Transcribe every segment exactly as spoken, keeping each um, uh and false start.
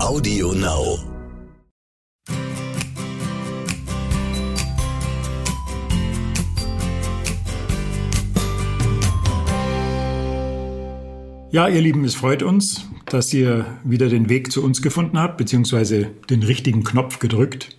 Audio Now. Ja, ihr Lieben, es freut uns, dass ihr wieder den Weg zu uns gefunden habt, beziehungsweise den richtigen Knopf gedrückt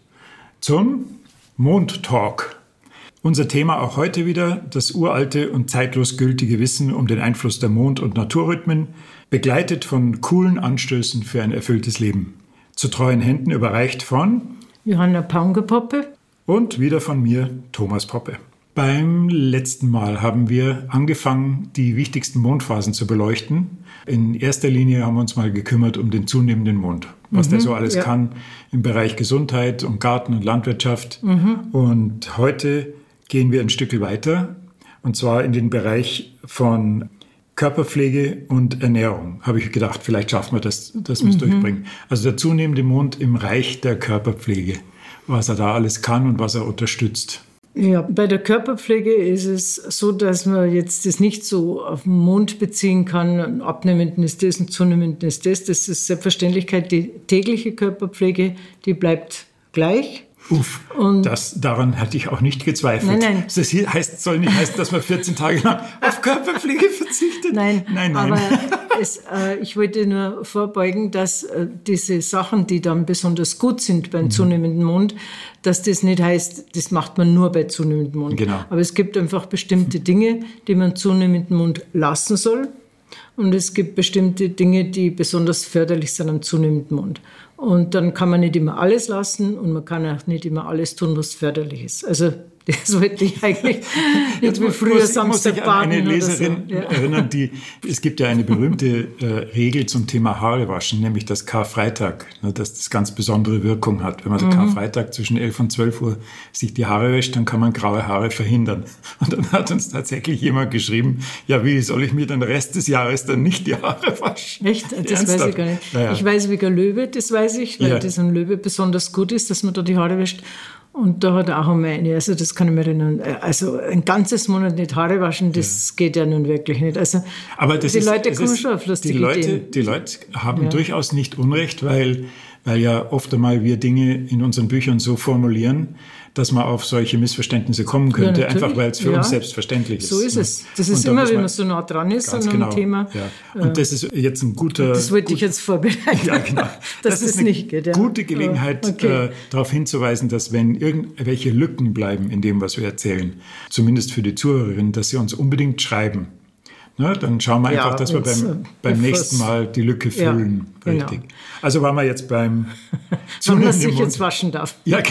zum Mondtalk. Unser Thema auch heute wieder das uralte und zeitlos gültige Wissen um den Einfluss der Mond- und Naturrhythmen, begleitet von coolen Anstößen für ein erfülltes Leben. Zu treuen Händen überreicht von Johanna Paunke-Poppe und wieder von mir, Thomas Poppe. Beim letzten Mal haben wir angefangen, die wichtigsten Mondphasen zu beleuchten. In erster Linie haben wir uns mal gekümmert um den zunehmenden Mond, was mhm, der so alles ja. kann im Bereich Gesundheit und Garten und Landwirtschaft. Mhm. Und heute gehen wir ein Stück weiter, und zwar in den Bereich von Körperpflege und Ernährung. Habe ich gedacht, vielleicht schaffen wir das, dass wir es mhm. durchbringen. Also der zunehmende Mond im Reich der Körperpflege, was er da alles kann und was er unterstützt. Ja, bei der Körperpflege ist es so, dass man jetzt das nicht so auf den Mond beziehen kann. Abnehmend ist das und zunehmend ist das. Das ist Selbstverständlichkeit. Die tägliche Körperpflege, die bleibt gleich. Uff, und das, daran hatte ich auch nicht gezweifelt. Nein, nein. Das heißt, soll nicht heißen, dass man vierzehn Tage lang auf Körperpflege verzichtet? Nein, nein, nein. Aber es, äh, ich wollte nur vorbeugen, dass äh, diese Sachen, die dann besonders gut sind beim mhm. zunehmenden Mond, dass das nicht heißt, das macht man nur bei zunehmendem Mond. Genau. Aber es gibt einfach bestimmte Dinge, die man zunehmendem Mond lassen soll. Und es gibt bestimmte Dinge, die besonders förderlich sind am zunehmenden Mond. Und dann kann man nicht immer alles lassen und man kann auch nicht immer alles tun, was förderlich ist. Also das wollte ich eigentlich nicht wie früher muss, Samstag muss ich baden an eine Leserin oder so. Ja. erinnern, die, es gibt ja eine berühmte äh, Regel zum Thema Haarewaschen, nämlich das Karfreitag, ne, dass das ganz besondere Wirkung hat. Wenn man so mhm. Karfreitag zwischen elf und zwölf Uhr sich die Haare wäscht, dann kann man graue Haare verhindern. Und dann hat uns tatsächlich jemand geschrieben, ja, wie soll ich mir den Rest des Jahres dann nicht die Haare waschen? Echt? Das Ernsthaft? Weiß ich gar nicht. Naja. Ich weiß wegen Löwe, das weiß ich, weil ja. das an Löwe besonders gut ist, dass man da die Haare wäscht. Und da hat er auch einmal eine, also das kann ich mir erinnern, also ein ganzes Monat nicht Haare waschen, das ja. geht ja nun wirklich nicht. Also aber das die ist, Leute kommen ist, schon auf lustige die Leute, Ideen. Die Leute haben ja. durchaus nicht Unrecht, weil, weil ja oft einmal wir Dinge in unseren Büchern so formulieren, dass man auf solche Missverständnisse kommen könnte, ja, einfach weil es für ja. uns selbstverständlich ist. So ist es. Das ist immer, wenn man so nah dran ist an einem genau. Thema. Ja. Und das ist jetzt ein guter... Das wollte gut, ich jetzt vorbereiten, ja, genau. dass das, das das nicht geht. Ja. Gute Gelegenheit, okay. äh, darauf hinzuweisen, dass wenn irgendwelche Lücken bleiben in dem, was wir erzählen, zumindest für die Zuhörerinnen, dass sie uns unbedingt schreiben. Ne, dann schauen wir einfach, ja, dass wir beim, beim nächsten Mal die Lücke füllen. Ja, richtig. Genau. Also waren wir jetzt beim... Wann man sich jetzt waschen darf. Ja,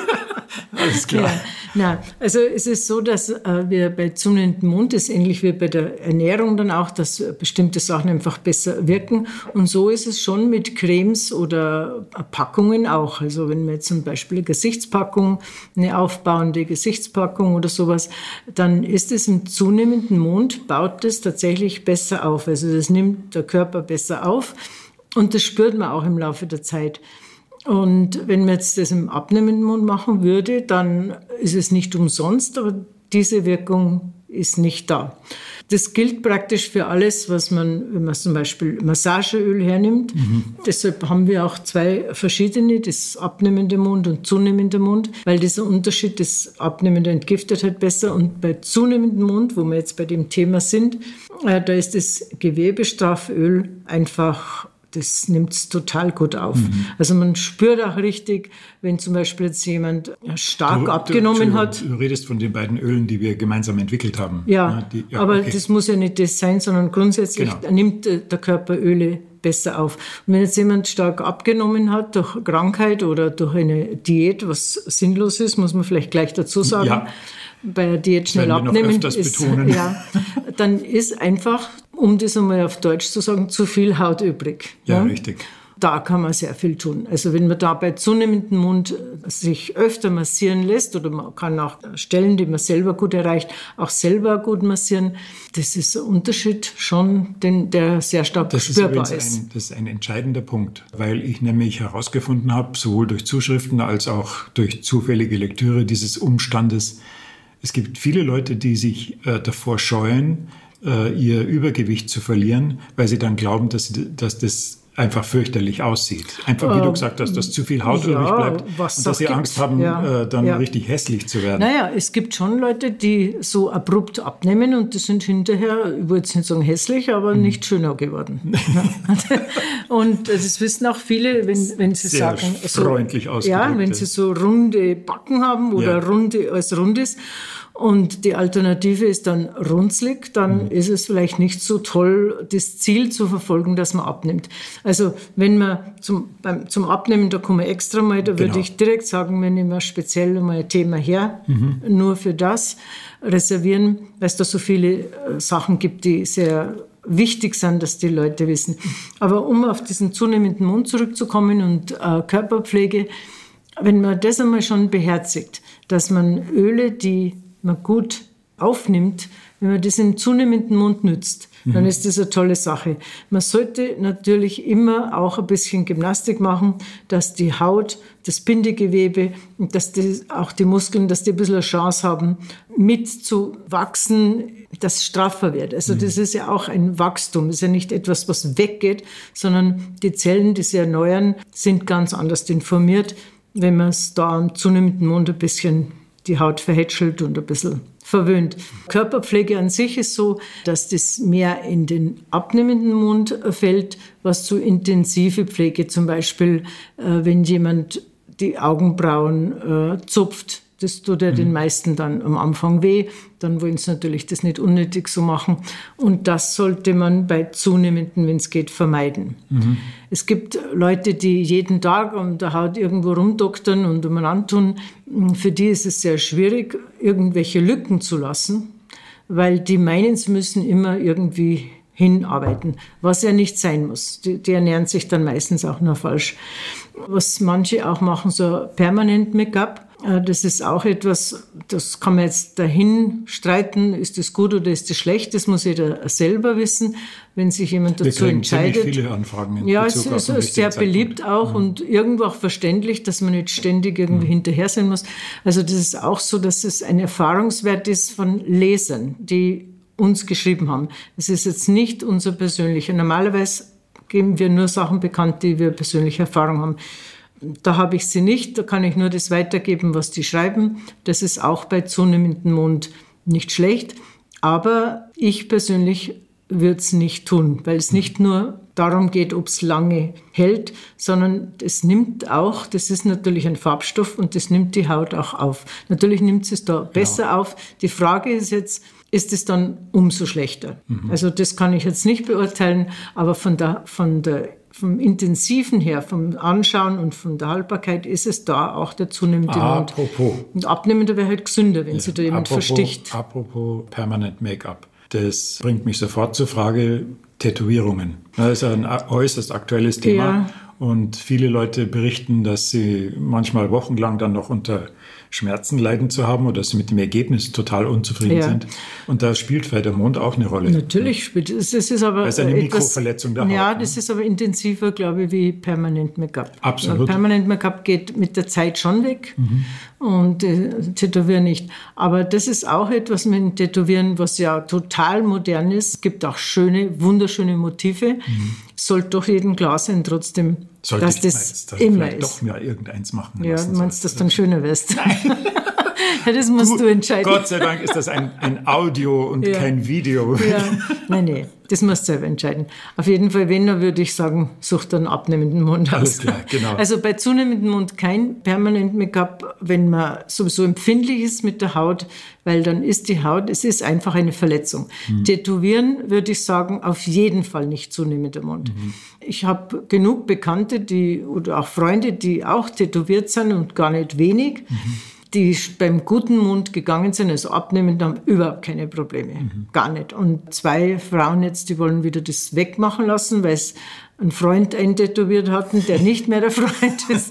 alles klar. Ja, na, also es ist so, dass äh, wir bei zunehmendem Mond, das ist ähnlich wie bei der Ernährung dann auch, dass bestimmte Sachen einfach besser wirken. Und so ist es schon mit Cremes oder Packungen auch. Also wenn wir jetzt zum Beispiel eine Gesichtspackung, eine aufbauende Gesichtspackung oder sowas, dann ist es im zunehmenden Mond, baut es tatsächlich besser auf. Also das nimmt der Körper besser auf und das spürt man auch im Laufe der Zeit. Und wenn man jetzt das im abnehmenden Mond machen würde, dann ist es nicht umsonst, aber diese Wirkung ist nicht da. Das gilt praktisch für alles, was man, wenn man zum Beispiel Massageöl hernimmt. Mhm. Deshalb haben wir auch zwei verschiedene, das abnehmende Mond und zunehmende Mond, weil dieser Unterschied, das abnehmende entgiftet halt besser. Und bei zunehmendem Mond, wo wir jetzt bei dem Thema sind, äh, da ist das Gewebestrafföl einfach... Das nimmt es total gut auf. Mhm. Also man spürt auch richtig, wenn zum Beispiel jetzt jemand stark du, abgenommen du, hat. Du redest von den beiden Ölen, die wir gemeinsam entwickelt haben. Ja, ja, die, ja aber okay. das muss ja nicht das sein, sondern grundsätzlich genau. nimmt der Körper Öle besser auf. Und wenn jetzt jemand stark abgenommen hat durch Krankheit oder durch eine Diät, was sinnlos ist, muss man vielleicht gleich dazu sagen, ja. bei der Diät schnell abnehmen, ist, ja, dann ist einfach, um das einmal auf Deutsch zu sagen, zu viel Haut übrig. Ja, ja? richtig. Da kann man sehr viel tun. Also wenn man da bei zunehmendem Mond sich öfter massieren lässt oder man kann auch Stellen, die man selber gut erreicht, auch selber gut massieren, das ist ein Unterschied schon, den, der sehr stark das spürbar ist. ist. Ein, das ist ein entscheidender Punkt, weil ich nämlich herausgefunden habe, sowohl durch Zuschriften als auch durch zufällige Lektüre dieses Umstandes, es gibt viele Leute, die sich äh, davor scheuen, äh, ihr Übergewicht zu verlieren, weil sie dann glauben, dass, dass das einfach fürchterlich aussieht. Einfach, wie ähm, du gesagt hast, dass zu viel Haut ja, übrig bleibt und dass sie gibt. Angst haben, ja, äh, dann ja. richtig hässlich zu werden. Naja, es gibt schon Leute, die so abrupt abnehmen und die sind hinterher, ich würde jetzt nicht sagen hässlich, aber mhm. nicht schöner geworden. Und das wissen auch viele, wenn, wenn sie Sehr sagen... So, freundlich ausgedrückt. Ja, wenn sie so runde Backen haben oder ja. runde als rundes und die Alternative ist dann runzlig, dann mhm. ist es vielleicht nicht so toll, das Ziel zu verfolgen, dass man abnimmt. Also wenn man zum, beim, zum Abnehmen, da kommen wir extra mal, da genau. würde ich direkt sagen, wir nehmen speziell mal ein Thema her, mhm. nur für das reservieren, weil es da so viele äh, Sachen gibt, die sehr wichtig sind, dass die Leute wissen. Aber um auf diesen zunehmenden Mund zurückzukommen und äh, Körperpflege, wenn man das einmal schon beherzigt, dass man Öle, die man gut aufnimmt, wenn man das im zunehmenden Mund nützt, mhm. dann ist das eine tolle Sache. Man sollte natürlich immer auch ein bisschen Gymnastik machen, dass die Haut, das Bindegewebe und dass die, auch die Muskeln, dass die ein bisschen eine Chance haben, mitzuwachsen, dass es straffer wird. Also mhm. das ist ja auch ein Wachstum. Das ist ja nicht etwas, was weggeht, sondern die Zellen, die sich erneuern, sind ganz anders informiert, wenn man es da am zunehmenden Mund ein bisschen die Haut verhätschelt und ein bisschen verwöhnt. Körperpflege an sich ist so, dass das mehr in den abnehmenden Mund fällt, was zu intensive Pflege, zum Beispiel, äh, wenn jemand die Augenbrauen äh, zupft, das tut ja mhm. den meisten dann am Anfang weh. Dann wollen sie natürlich das nicht unnötig so machen. Und das sollte man bei zunehmenden, wenn es geht, vermeiden. Mhm. Es gibt Leute, die jeden Tag um der Haut irgendwo rumdoktern und umeinander tun. Für die ist es sehr schwierig, irgendwelche Lücken zu lassen, weil die meinen, sie müssen immer irgendwie hinarbeiten, was ja nicht sein muss. Die, die ernähren sich dann meistens auch nur falsch. Was manche auch machen, so permanent Make-up. Das ist auch etwas, das kann man jetzt dahin streiten, ist das gut oder ist das schlecht, das muss jeder selber wissen, wenn sich jemand dazu Wir entscheidet. Wir kriegen viele Anfragen in Ja, Bezug es ist sehr beliebt auch mhm. und irgendwo auch verständlich, dass man nicht ständig irgendwie mhm. hinterher sein muss. Also das ist auch so, dass es ein Erfahrungswert ist von Lesern, die uns geschrieben haben. Es ist jetzt nicht unser persönlicher. Normalerweise geben wir nur Sachen bekannt, die wir persönliche Erfahrung haben. Da habe ich sie nicht, da kann ich nur das weitergeben, was die schreiben. Das ist auch bei zunehmendem Mund nicht schlecht. Aber ich persönlich würde es nicht tun, weil es nicht nur darum geht, ob es lange hält, sondern es nimmt auch, das ist natürlich ein Farbstoff und das nimmt die Haut auch auf. Natürlich nimmt es da besser ja. auf. Die Frage ist jetzt, ist es dann umso schlechter? Mhm. Also das kann ich jetzt nicht beurteilen, aber von der, von der vom Intensiven her, vom Anschauen und von der Haltbarkeit ist es da auch der zunehmende Mund. Apropos. Und abnehmender wäre halt gesünder, wenn ja, sich da jemand apropos, versticht. Apropos Permanent Make-up. Das bringt mich sofort zur Frage Tätowierungen. Das ist ein äußerst aktuelles Thema. Ja. Und viele Leute berichten, dass sie manchmal wochenlang dann noch unter Schmerzen leiden zu haben oder dass sie mit dem Ergebnis total unzufrieden ja. sind. Und da spielt vielleicht der Mond auch eine Rolle. Natürlich spielt es. Das ist aber das ist eine etwas, Mikroverletzung der Haut. Ja, das ne? ist aber intensiver, glaube ich, wie Permanent Make-up. Absolut. Permanent Make-up geht mit der Zeit schon weg mhm. und äh, Tätowieren nicht. Aber das ist auch etwas mit dem Tätowieren, was ja total modern ist. Es gibt auch schöne, wunderschöne Motive. Mhm. Sollte doch jedem klar sein, trotzdem, Sollte dass ich das dass immer vielleicht ist. doch mir irgendeins machen ja, lassen. Ja, meinst du, dass du dann schöner wirst? Nein. Ja, das musst du, du entscheiden. Gott sei Dank ist das ein, ein Audio und ja. kein Video. Ja. Nein, nein, das musst du selber entscheiden. Auf jeden Fall, wenn, dann würde ich sagen, such dann abnehmenden Mund aus. Alles klar, genau. Also bei zunehmendem Mund kein permanent Make-up, wenn man sowieso empfindlich ist mit der Haut, weil dann ist die Haut, es ist einfach eine Verletzung. Mhm. Tätowieren würde ich sagen, auf jeden Fall nicht zunehmender Mund. Mhm. Ich habe genug Bekannte, die oder auch Freunde, die auch tätowiert sind und gar nicht wenig. Mhm. Die beim guten Mund gegangen sind, also abnehmend, haben überhaupt keine Probleme. Mhm. Gar nicht. Und zwei Frauen jetzt, die wollen wieder das wegmachen lassen, weil es einen Freund eintätowiert hatten, der nicht mehr der Freund ist.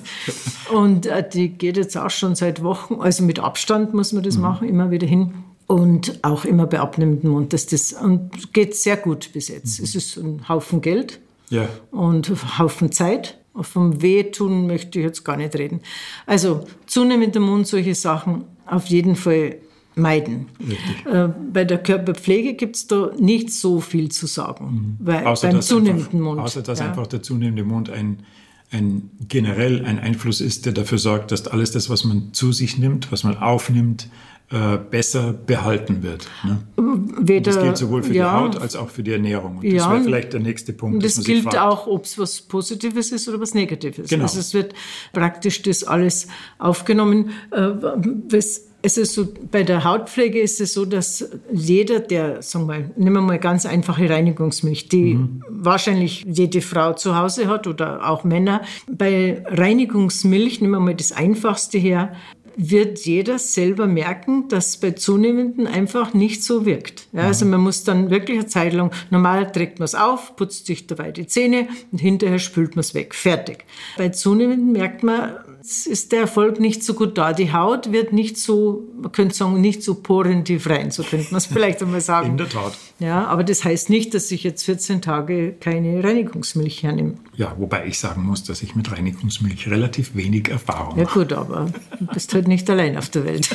Und äh, die geht jetzt auch schon seit Wochen, also mit Abstand muss man das mhm. machen, immer wieder hin. Und auch immer bei abnehmendem Mund. Das, das, und geht sehr gut bis jetzt. Mhm. Es ist ein Haufen Geld ja. und ein Haufen Zeit. Vom Wehtun möchte ich jetzt gar nicht reden. Also zunehmender Mund, solche Sachen auf jeden Fall meiden. Äh, bei der Körperpflege gibt es da nicht so viel zu sagen, mhm. weil außer, beim zunehmenden einfach, Mund. Außer, dass ja. einfach der zunehmende Mund ein, ein generell ein Einfluss ist, der dafür sorgt, dass alles das, was man zu sich nimmt, was man aufnimmt, äh, besser behalten wird. Ne? Weder, das gilt sowohl für ja, die Haut als auch für die Ernährung. Und ja, das wäre vielleicht der nächste Punkt. Das dass man gilt sich fragt. auch, ob es was Positives ist oder was Negatives. Genau. Also es wird praktisch das alles aufgenommen. Was Es ist so, bei der Hautpflege ist es so, dass jeder, der, sagen wir mal, nehmen wir mal ganz einfache Reinigungsmilch, die mhm. wahrscheinlich jede Frau zu Hause hat oder auch Männer. Bei Reinigungsmilch, nehmen wir mal das Einfachste her, wird jeder selber merken, dass es bei Zunehmenden einfach nicht so wirkt. Ja, also man muss dann wirklich eine Zeit lang, normal trägt man es auf, putzt sich dabei die Zähne und hinterher spült man es weg. Fertig. Bei Zunehmenden merkt man, es ist der Erfolg nicht so gut da. Die Haut wird nicht so, man könnte sagen, nicht so porentief rein, so könnte man es vielleicht einmal sagen. In der Tat. Ja, aber das heißt nicht, dass ich jetzt vierzehn Tage keine Reinigungsmilch hernehme. Ja, wobei ich sagen muss, dass ich mit Reinigungsmilch relativ wenig Erfahrung habe. Ja gut, aber du bist halt nicht allein auf der Welt.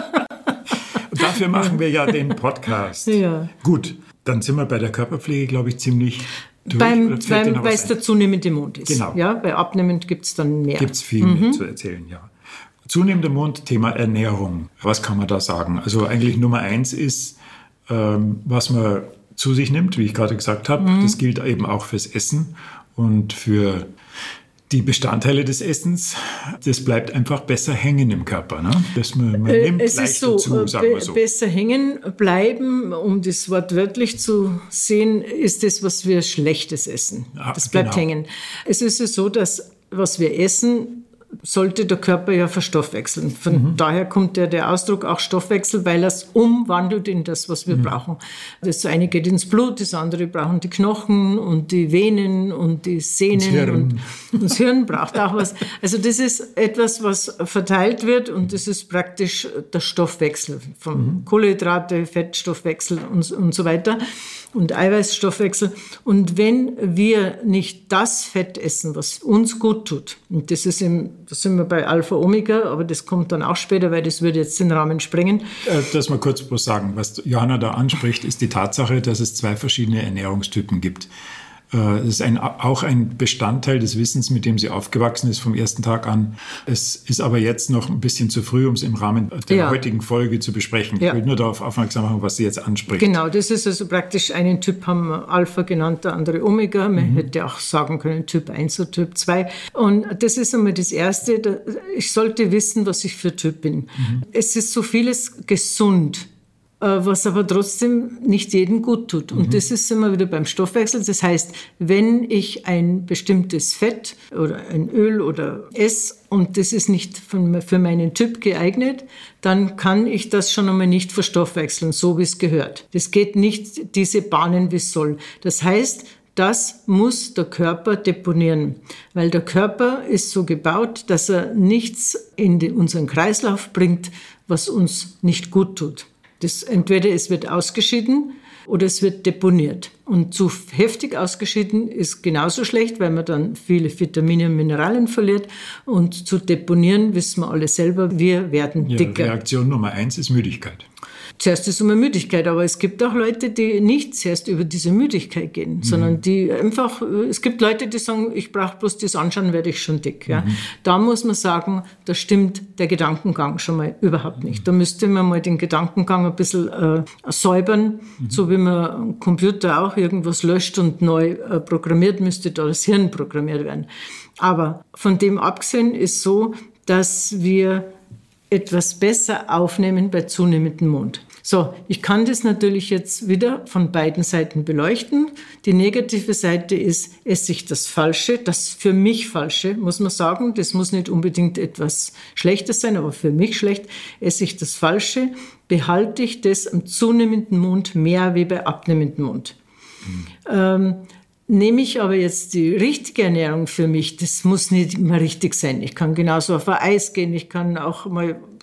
Und dafür machen wir ja den Podcast. Ja. Gut, dann sind wir bei der Körperpflege, glaube ich, ziemlich durch. Beim, beim, weil es der zunehmende Mund ist. Genau. Ja, bei abnehmend gibt es dann mehr. Gibt es viel mhm. mehr zu erzählen, ja. Zunehmender Mund, Thema Ernährung. Was kann man da sagen? Also eigentlich Nummer eins ist, ähm, was man zu sich nimmt, wie ich gerade gesagt habe. Mhm. Das gilt eben auch fürs Essen und für die Bestandteile des Essens. Das bleibt einfach besser hängen im Körper. Ne? Das man, man nimmt es leichter ist so, zu, sagen wir so. Besser hängen bleiben, um das Wort wörtlich zu sehen, ist das, was wir Schlechtes essen. Ja, das bleibt genau. hängen. Es ist so, dass was wir essen, sollte der Körper ja verstoffwechseln. Von mhm. daher kommt ja der Ausdruck auch Stoffwechsel, weil er es umwandelt in das, was wir mhm. brauchen. Das eine geht ins Blut, das andere brauchen die Knochen und die Venen und die Sehnen und, und das Hirn braucht auch was. Also das ist etwas, was verteilt wird und das ist praktisch der Stoffwechsel von mhm. Kohlenhydrate, Fettstoffwechsel und, und so weiter und Eiweißstoffwechsel. Und wenn wir nicht das Fett essen, was uns gut tut, und das ist im, da sind wir bei Alpha-Omega, aber das kommt dann auch später, weil das würde jetzt den Rahmen sprengen. Äh, das mal kurz bloß sagen, was Johanna da anspricht, ist die Tatsache, dass es zwei verschiedene Ernährungstypen gibt. Das ist ein, auch ein Bestandteil des Wissens, mit dem sie aufgewachsen ist vom ersten Tag an. Es ist aber jetzt noch ein bisschen zu früh, um es im Rahmen der ja. heutigen Folge zu besprechen. Ja. Ich will nur darauf aufmerksam machen, was sie jetzt anspricht. Genau, das ist also praktisch einen Typ haben wir Alpha genannt, der andere Omega. Man mhm. hätte auch sagen können Typ eins oder Typ zwei. Und das ist einmal das Erste. Ich sollte wissen, was ich für Typ bin. Mhm. Es ist so vieles gesund, was aber trotzdem nicht jedem gut tut. Und mhm. das ist immer wieder beim Stoffwechsel. Das heißt, wenn ich ein bestimmtes Fett oder ein Öl oder esse und das ist nicht für meinen Typ geeignet, dann kann ich das schon einmal nicht verstoffwechseln, so wie es gehört. Das geht nicht diese Bahnen, wie es soll. Das heißt, das muss der Körper deponieren, weil der Körper ist so gebaut, dass er nichts in den, unseren Kreislauf bringt, was uns nicht gut tut. Das, entweder es wird ausgeschieden oder es wird deponiert. Und zu heftig ausgeschieden ist genauso schlecht, weil man dann viele Vitamine und Mineralien verliert. Und zu deponieren, wissen wir alle selber, wir werden dicker. Ja, Reaktion Nummer eins ist Müdigkeit. Zuerst ist es immer Müdigkeit, aber es gibt auch Leute, die nicht zuerst über diese Müdigkeit gehen, mhm. sondern die einfach, es gibt Leute, die sagen, ich brauche bloß das anschauen, werde ich schon dick. Ja. Mhm. Da muss man sagen, da stimmt der Gedankengang schon mal überhaupt nicht. Da müsste man mal den Gedankengang ein bisschen äh, säubern, mhm. so wie man am Computer auch irgendwas löscht und neu äh, programmiert, müsste da das Hirn programmiert werden. Aber von dem abgesehen ist so, dass wir etwas besser aufnehmen bei zunehmendem Mund. So, ich kann das natürlich jetzt wieder von beiden Seiten beleuchten. Die negative Seite ist, esse ich das Falsche, das für mich Falsche, muss man sagen. Das muss nicht unbedingt etwas Schlechtes sein, aber für mich schlecht. Esse ich das Falsche, behalte ich das am zunehmenden Mund mehr wie bei abnehmendem Mund. Mhm. Ähm, Nehme ich aber jetzt die richtige Ernährung für mich, das muss nicht immer richtig sein. Ich kann genauso auf ein Eis gehen, ich kann auch mal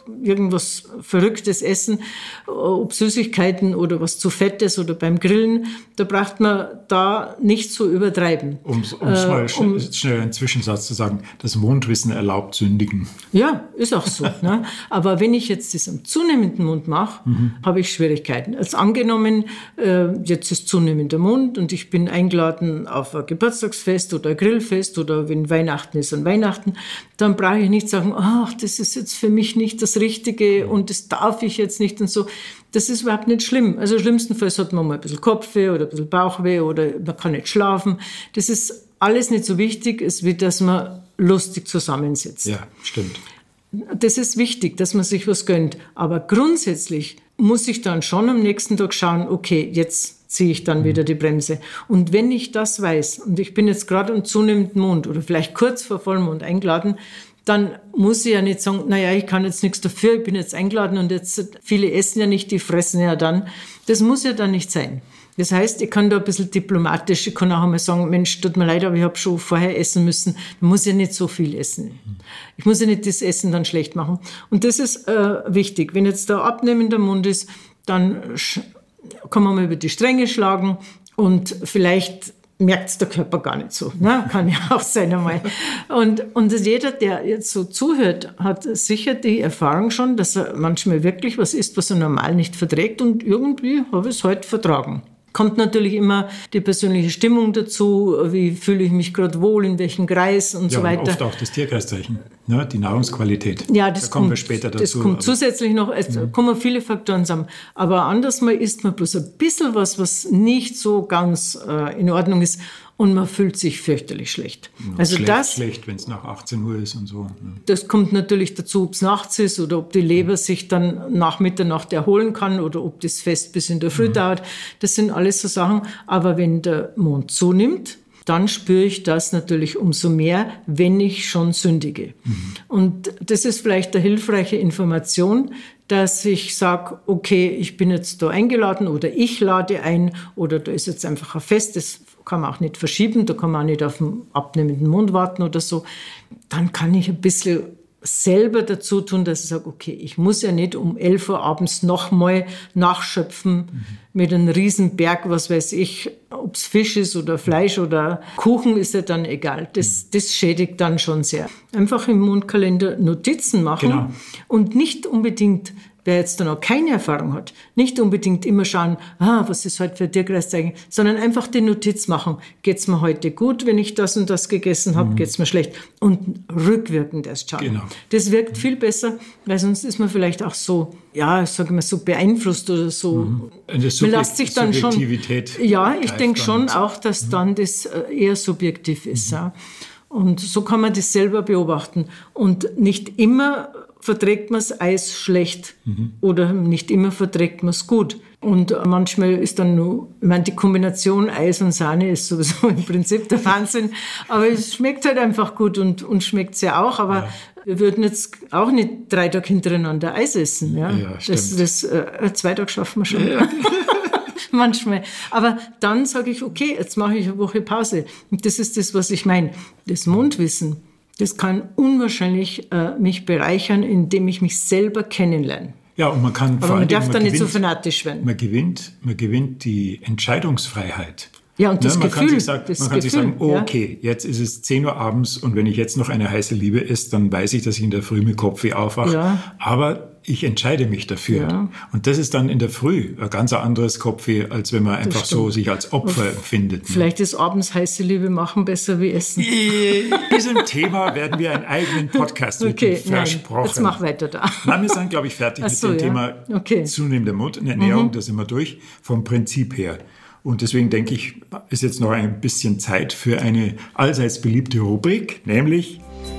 irgendwas Verrücktes essen, ob Süßigkeiten oder was zu Fettes oder beim Grillen, da braucht man da nicht so übertreiben. Um es äh, mal sch- um, schnell einen Zwischensatz zu sagen, das Mondwissen erlaubt sündigen. Ja, ist auch so. Ne? Aber wenn ich jetzt das am zunehmenden Mond mache, mhm. habe ich Schwierigkeiten. Also angenommen, äh, jetzt ist zunehmender Mond und ich bin eingeladen auf ein Geburtstagsfest oder ein Grillfest oder wenn Weihnachten ist an Weihnachten, dann brauche ich nicht sagen, ach, das ist jetzt für mich nicht das Richtige und das darf ich jetzt nicht und so. Das ist überhaupt nicht schlimm. Also schlimmstenfalls hat man mal ein bisschen Kopfweh oder ein bisschen Bauchweh oder man kann nicht schlafen. Das ist alles nicht so wichtig, als wie dass man lustig zusammensitzt. Ja, stimmt. Das ist wichtig, dass man sich was gönnt. Aber grundsätzlich muss ich dann schon am nächsten Tag schauen, okay, jetzt ziehe ich dann mhm. wieder die Bremse. Und wenn ich das weiß, und ich bin jetzt gerade am zunehmenden Mond oder vielleicht kurz vor Vollmond eingeladen, dann muss ich ja nicht sagen, naja, ich kann jetzt nichts dafür, ich bin jetzt eingeladen und jetzt, viele essen ja nicht, die fressen ja dann. Das muss ja dann nicht sein. Das heißt, ich kann da ein bisschen diplomatisch, ich kann auch einmal sagen, Mensch, tut mir leid, aber ich habe schon vorher essen müssen. Man muss ja nicht so viel essen. Ich muss ja nicht das Essen dann schlecht machen. Und das ist äh, wichtig. Wenn jetzt der abnehmende Mond ist, dann sch- kann man mal über die Stränge schlagen und vielleicht merkt es der Körper gar nicht so. Ne? Kann ja auch sein einmal. Und, und jeder, der jetzt so zuhört, hat sicher die Erfahrung schon, dass er manchmal wirklich was isst, was er normal nicht verträgt und irgendwie habe ich es heute vertragen. Kommt natürlich immer die persönliche Stimmung dazu, wie fühle ich mich gerade wohl, in welchem Kreis und ja, so weiter. Und oft auch das Tierkreiszeichen, ne? Die Nahrungsqualität. Ja, das da kommen kommt, wir später dazu. Das kommt zusätzlich noch, es mhm. kommen viele Faktoren zusammen. Aber anders mal isst man bloß ein bisschen was, was nicht so ganz äh, in Ordnung ist und man fühlt sich fürchterlich schlecht. Ja, also schlecht, das, schlecht, wenn es nach achtzehn Uhr ist und so. Ja. Das kommt natürlich dazu, ob es nachts ist oder ob die Leber sich dann nach Mitternacht erholen kann oder ob das Fest bis in der Früh mhm. dauert. Das sind alles so Sachen. Aber wenn der Mond zunimmt, dann spüre ich das natürlich umso mehr, wenn ich schon sündige. Mhm. Und das ist vielleicht eine hilfreiche Information, dass ich sage, okay, ich bin jetzt da eingeladen oder ich lade ein oder da ist jetzt einfach ein Fest, das kann man auch nicht verschieben, da kann man auch nicht auf den abnehmenden Mond warten oder so. Dann kann ich ein bisschen selber dazu tun, dass ich sage, okay, ich muss ja nicht um elf Uhr abends nochmal nachschöpfen mhm. mit einem Riesenberg, was weiß ich, ob es Fisch ist oder Fleisch oder Kuchen, ist ja dann egal. Das, das schädigt dann schon sehr. Einfach im Mondkalender Notizen machen genau. und nicht unbedingt, wer jetzt da noch keine Erfahrung hat, nicht unbedingt immer schauen, ah, was ist heute für Tierkreiszeichen, sondern einfach die Notiz machen. Geht's mir heute gut, wenn ich das und das gegessen habe? Mhm. Geht's mir schlecht? Und rückwirkend erst schauen. Genau. Das wirkt mhm. viel besser, weil sonst ist man vielleicht auch so, ja, ich sage mal, so beeinflusst oder so. Mhm. Eine man lässt sich dann schon. Ja, ich denke schon so. auch, dass mhm. dann das eher subjektiv ist. Mhm. Ja. Und so kann man das selber beobachten. Und nicht immer verträgt man das Eis schlecht mhm. oder nicht immer verträgt man es gut. Und manchmal ist dann nur, ich meine, die Kombination Eis und Sahne ist sowieso im Prinzip der Wahnsinn. Aber es schmeckt halt einfach gut und, und schmeckt es ja auch. Aber ja. wir würden jetzt auch nicht drei Tage hintereinander Eis essen. Ja, ja das, das äh, zwei Tage schaffen wir schon. Ja. Manchmal. Aber dann sage ich, okay, jetzt mache ich eine Woche Pause. Und das ist das, was ich meine. Das Mondwissen, das kann unwahrscheinlich äh, mich bereichern, indem ich mich selber kennenlerne. Ja, und man kann Aber vor man allem, darf da nicht gewinnt, so fanatisch werden. Man gewinnt, man gewinnt die Entscheidungsfreiheit. Ja, und das ne, man Gefühl. Kann sich sagen, das man kann Gefühl, sich sagen, oh, ja. okay, jetzt ist es zehn Uhr abends und wenn ich jetzt noch eine heiße Liebe esse, dann weiß ich, dass ich in der Früh mit Kopfweh aufwache. Ja. Aber ich entscheide mich dafür. Ja. Und das ist dann in der Früh ein ganz anderes Kopfweh, als wenn man einfach so sich als Opfer empfindet. Vielleicht ist abends heiße Liebe machen besser wie Essen. In diesem Thema werden wir einen eigenen Podcast okay, versprochen. Nein, jetzt mach weiter da. Nein, wir sind, glaube ich, fertig Ach mit so, dem ja. Thema okay. zunehmende Ernährung. Mhm. Da sind wir durch, vom Prinzip her. Und deswegen denke ich, ist jetzt noch ein bisschen Zeit für eine allseits beliebte Rubrik, nämlich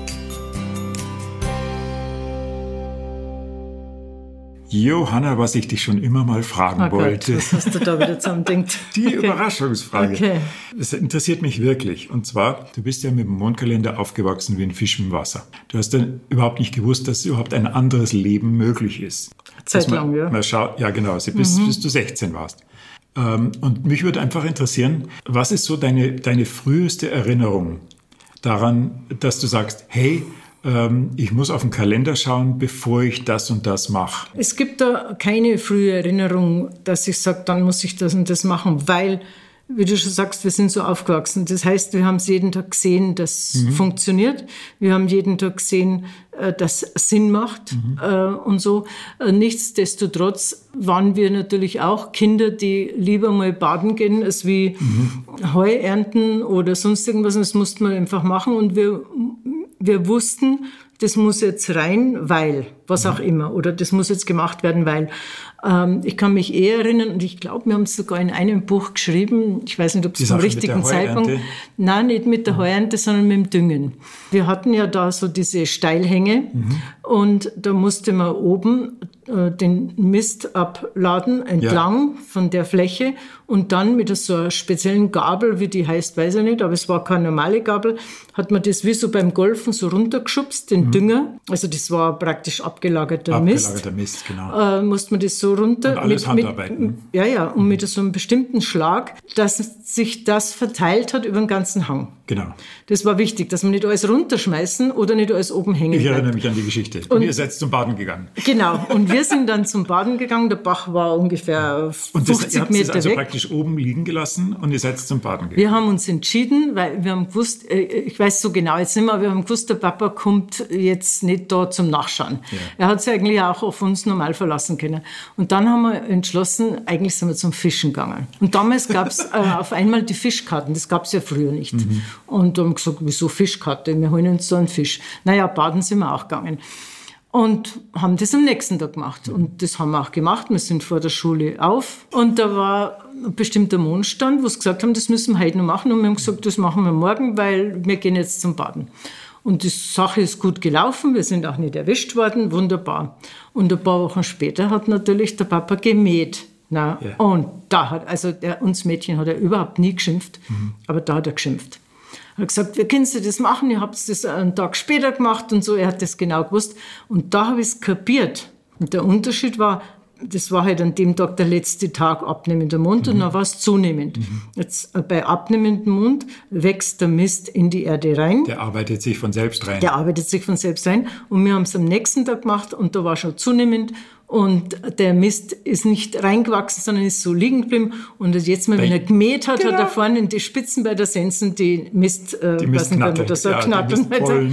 Johanna, was ich dich schon immer mal fragen oh wollte. Gott, was hast du da wieder zusammendenkt? Die okay. Überraschungsfrage. Okay. Das interessiert mich wirklich. Und zwar, du bist ja mit dem Mondkalender aufgewachsen wie ein Fisch im Wasser. Du hast dann überhaupt nicht gewusst, dass überhaupt ein anderes Leben möglich ist. Zeitlang, ja. Man schaut, ja, genau, also bis, mhm. bis du sechzehn warst. Und mich würde einfach interessieren, was ist so deine, deine früheste Erinnerung daran, dass du sagst, hey, ähm, ich muss auf den Kalender schauen, bevor ich das und das mache? Es gibt da keine frühe Erinnerung, dass ich sage, dann muss ich das und das machen, weil, wie du schon sagst, wir sind so aufgewachsen. Das heißt, wir haben es jeden Tag gesehen, dass es mhm. funktioniert. Wir haben jeden Tag gesehen, dass es Sinn macht mhm. und so. Nichtsdestotrotz waren wir natürlich auch Kinder, die lieber mal baden gehen, als wie mhm. Heu ernten oder sonst irgendwas. Das mussten wir einfach machen. Und wir, wir wussten, das muss jetzt rein, weil, was auch immer. Oder das muss jetzt gemacht werden, weil. Ähm, ich kann mich eher erinnern, und ich glaube, wir haben es sogar in einem Buch geschrieben, ich weiß nicht, ob es zum richtigen Zeitpunkt... Nein, nicht mit der Heuernte, sondern mit dem Düngen. Wir hatten ja da so diese Steilhänge mhm. und da musste man oben äh, den Mist abladen, entlang ja. von der Fläche und dann mit so einer speziellen Gabel, wie die heißt, weiß ich nicht, aber es war keine normale Gabel, hat man das wie so beim Golfen so runtergeschubst, den mhm. Dünger, also das war praktisch abgelagerter Mist. Abgelagerter Mist, genau. Äh, musste man das so runter. Und alles mit, Handarbeiten. Mit, ja, ja, und mhm. mit so einem bestimmten Schlag, dass sich das verteilt hat über den ganzen Hang. Genau. Das war wichtig, dass wir nicht alles runterschmeißen oder nicht alles oben hängen Ich bleibt. erinnere mich an die Geschichte. Und, und ihr seid zum Baden gegangen. Genau, und wir sind dann zum Baden gegangen. Der Bach war ungefähr und das, ihr habt Meter es also weg. praktisch oben liegen gelassen und ihr seid zum Baden gegangen. Wir haben uns entschieden, weil wir haben gewusst, ich weiß so genau jetzt nicht mehr, wir haben gewusst, der Papa kommt jetzt nicht da zum Nachschauen. Ja. Er hat sich eigentlich auch auf uns normal verlassen können. Und dann haben wir entschlossen, eigentlich sind wir zum Fischen gegangen. Und damals gab es äh, auf einmal die Fischkarten, das gab es ja früher nicht. Mhm. Und haben gesagt, wieso Fischkarte? Wir holen uns so einen Fisch. Naja, baden sind wir auch gegangen. Und haben das am nächsten Tag gemacht. Und das haben wir auch gemacht. Wir sind vor der Schule auf. Und da war ein bestimmter Mondstand, wo sie gesagt haben, das müssen wir heute noch machen. Und wir haben gesagt, das machen wir morgen, weil wir gehen jetzt zum Baden. Und die Sache ist gut gelaufen. Wir sind auch nicht erwischt worden. Wunderbar. Und ein paar Wochen später hat natürlich der Papa gemäht. Na, ja. Und da hat, also der, uns Mädchen hat er überhaupt nie geschimpft. Mhm. Aber da hat er geschimpft. Er hat gesagt, wie können Sie das machen? Ihr habt das einen Tag später gemacht und so. Er hat das genau gewusst. Und da habe ich es kapiert. Und der Unterschied war, das war halt an dem Tag der letzte Tag abnehmender Mund mhm. und dann war es zunehmend. Mhm. Jetzt bei abnehmendem Mund wächst der Mist in die Erde rein. Der arbeitet sich von selbst rein. Der arbeitet sich von selbst rein. Und wir haben es am nächsten Tag gemacht und da war schon zunehmend. Und der Mist ist nicht reingewachsen, sondern ist so liegen geblieben. Und jetzt mal, wenn er gemäht hat, genau. hat er vorne in die Spitzen bei der Sensen die Mist, äh, die Mistknatte. Oder so ja, knattern.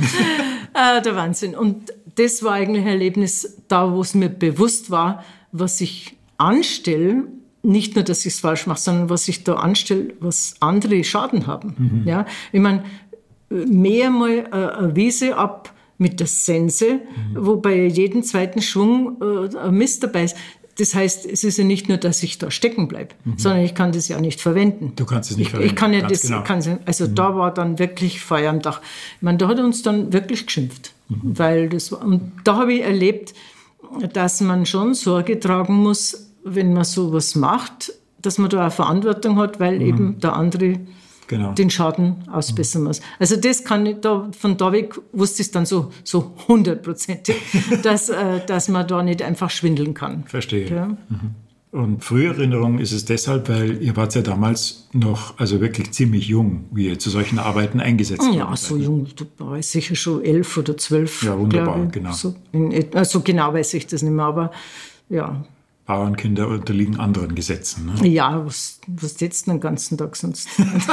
äh, der Wahnsinn. Und das war eigentlich ein Erlebnis, da wo es mir bewusst war, was ich anstelle, nicht nur, dass ich es falsch mache, sondern was ich da anstelle, was andere Schaden haben. Mhm. Ja? Ich meine, mehr mal äh, eine Wiese ab, mit der Sense, mhm. wo bei jedem zweiten Schwung äh, ein Mist dabei ist. Das heißt, es ist ja nicht nur, dass ich da stecken bleibe, mhm. sondern ich kann das ja nicht verwenden. Du kannst es nicht ich, verwenden. Ich kann ja Ganz das, genau. kann, also mhm. da war dann wirklich Feuer am Dach. Ich meine, da hat er uns dann wirklich geschimpft. Mhm. Weil das war, und da habe ich erlebt, dass man schon Sorge tragen muss, wenn man sowas macht, dass man da auch Verantwortung hat, weil mhm. eben der andere genau. den Schaden ausbessern muss. Also das kann ich da, von da weg wusste ich es dann so, so hundertprozentig, dass, äh, dass man da nicht einfach schwindeln kann. Verstehe. Ja. Mhm. Und frühe Erinnerung ist es deshalb, weil ihr wart ja damals noch, also wirklich ziemlich jung, wie ihr zu solchen Arbeiten eingesetzt wurdet. Ja, so jung, da war ich sicher schon elf oder zwölf. Ja, wunderbar, ich. genau. So, in, also genau weiß ich das nicht mehr, aber ja. Bauernkinder unterliegen anderen Gesetzen. Ne? Ja, was, was jetzt den ganzen Tag sonst?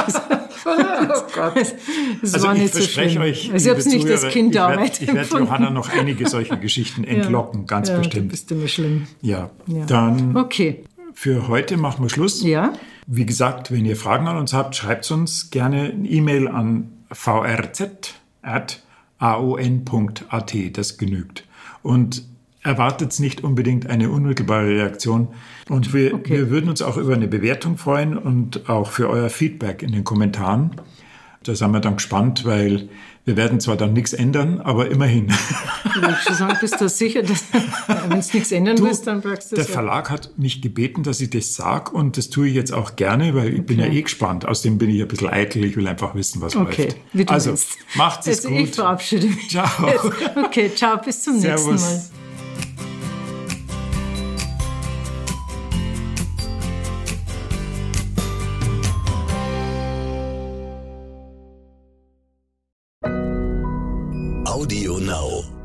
Oh Gott. Das also war ich nicht verspreche so euch, also ich habe es nicht als Kinderarbeit Ich werde werd Johanna noch einige solche Geschichten entlocken, ja, ganz ja, bestimmt. Du bist immer schlimm. Ja, ja. dann okay. Für heute machen wir Schluss. Ja. Wie gesagt, wenn ihr Fragen an uns habt, schreibt uns gerne eine E-Mail an v r z at a o n punkt a t. Das genügt. Und erwartet nicht unbedingt eine unmittelbare Reaktion. Und wir, okay. wir würden uns auch über eine Bewertung freuen und auch für euer Feedback in den Kommentaren. Da sind wir dann gespannt, weil wir werden zwar dann nichts ändern, aber immerhin. Ich würde schon sagen, bist du sicher, dass wenn es nichts ändern du, willst, dann brauchst du das. Der Verlag hat mich gebeten, dass ich das sage und das tue ich jetzt auch gerne, weil ich okay. bin ja eh gespannt. Außerdem bin ich ein bisschen eitel, ich will einfach wissen, was okay. läuft. Wie du also, willst. macht's es also gut. Ich verabschiede mich. Ciao. Okay, ciao, bis zum Servus. nächsten Mal. Audio Now.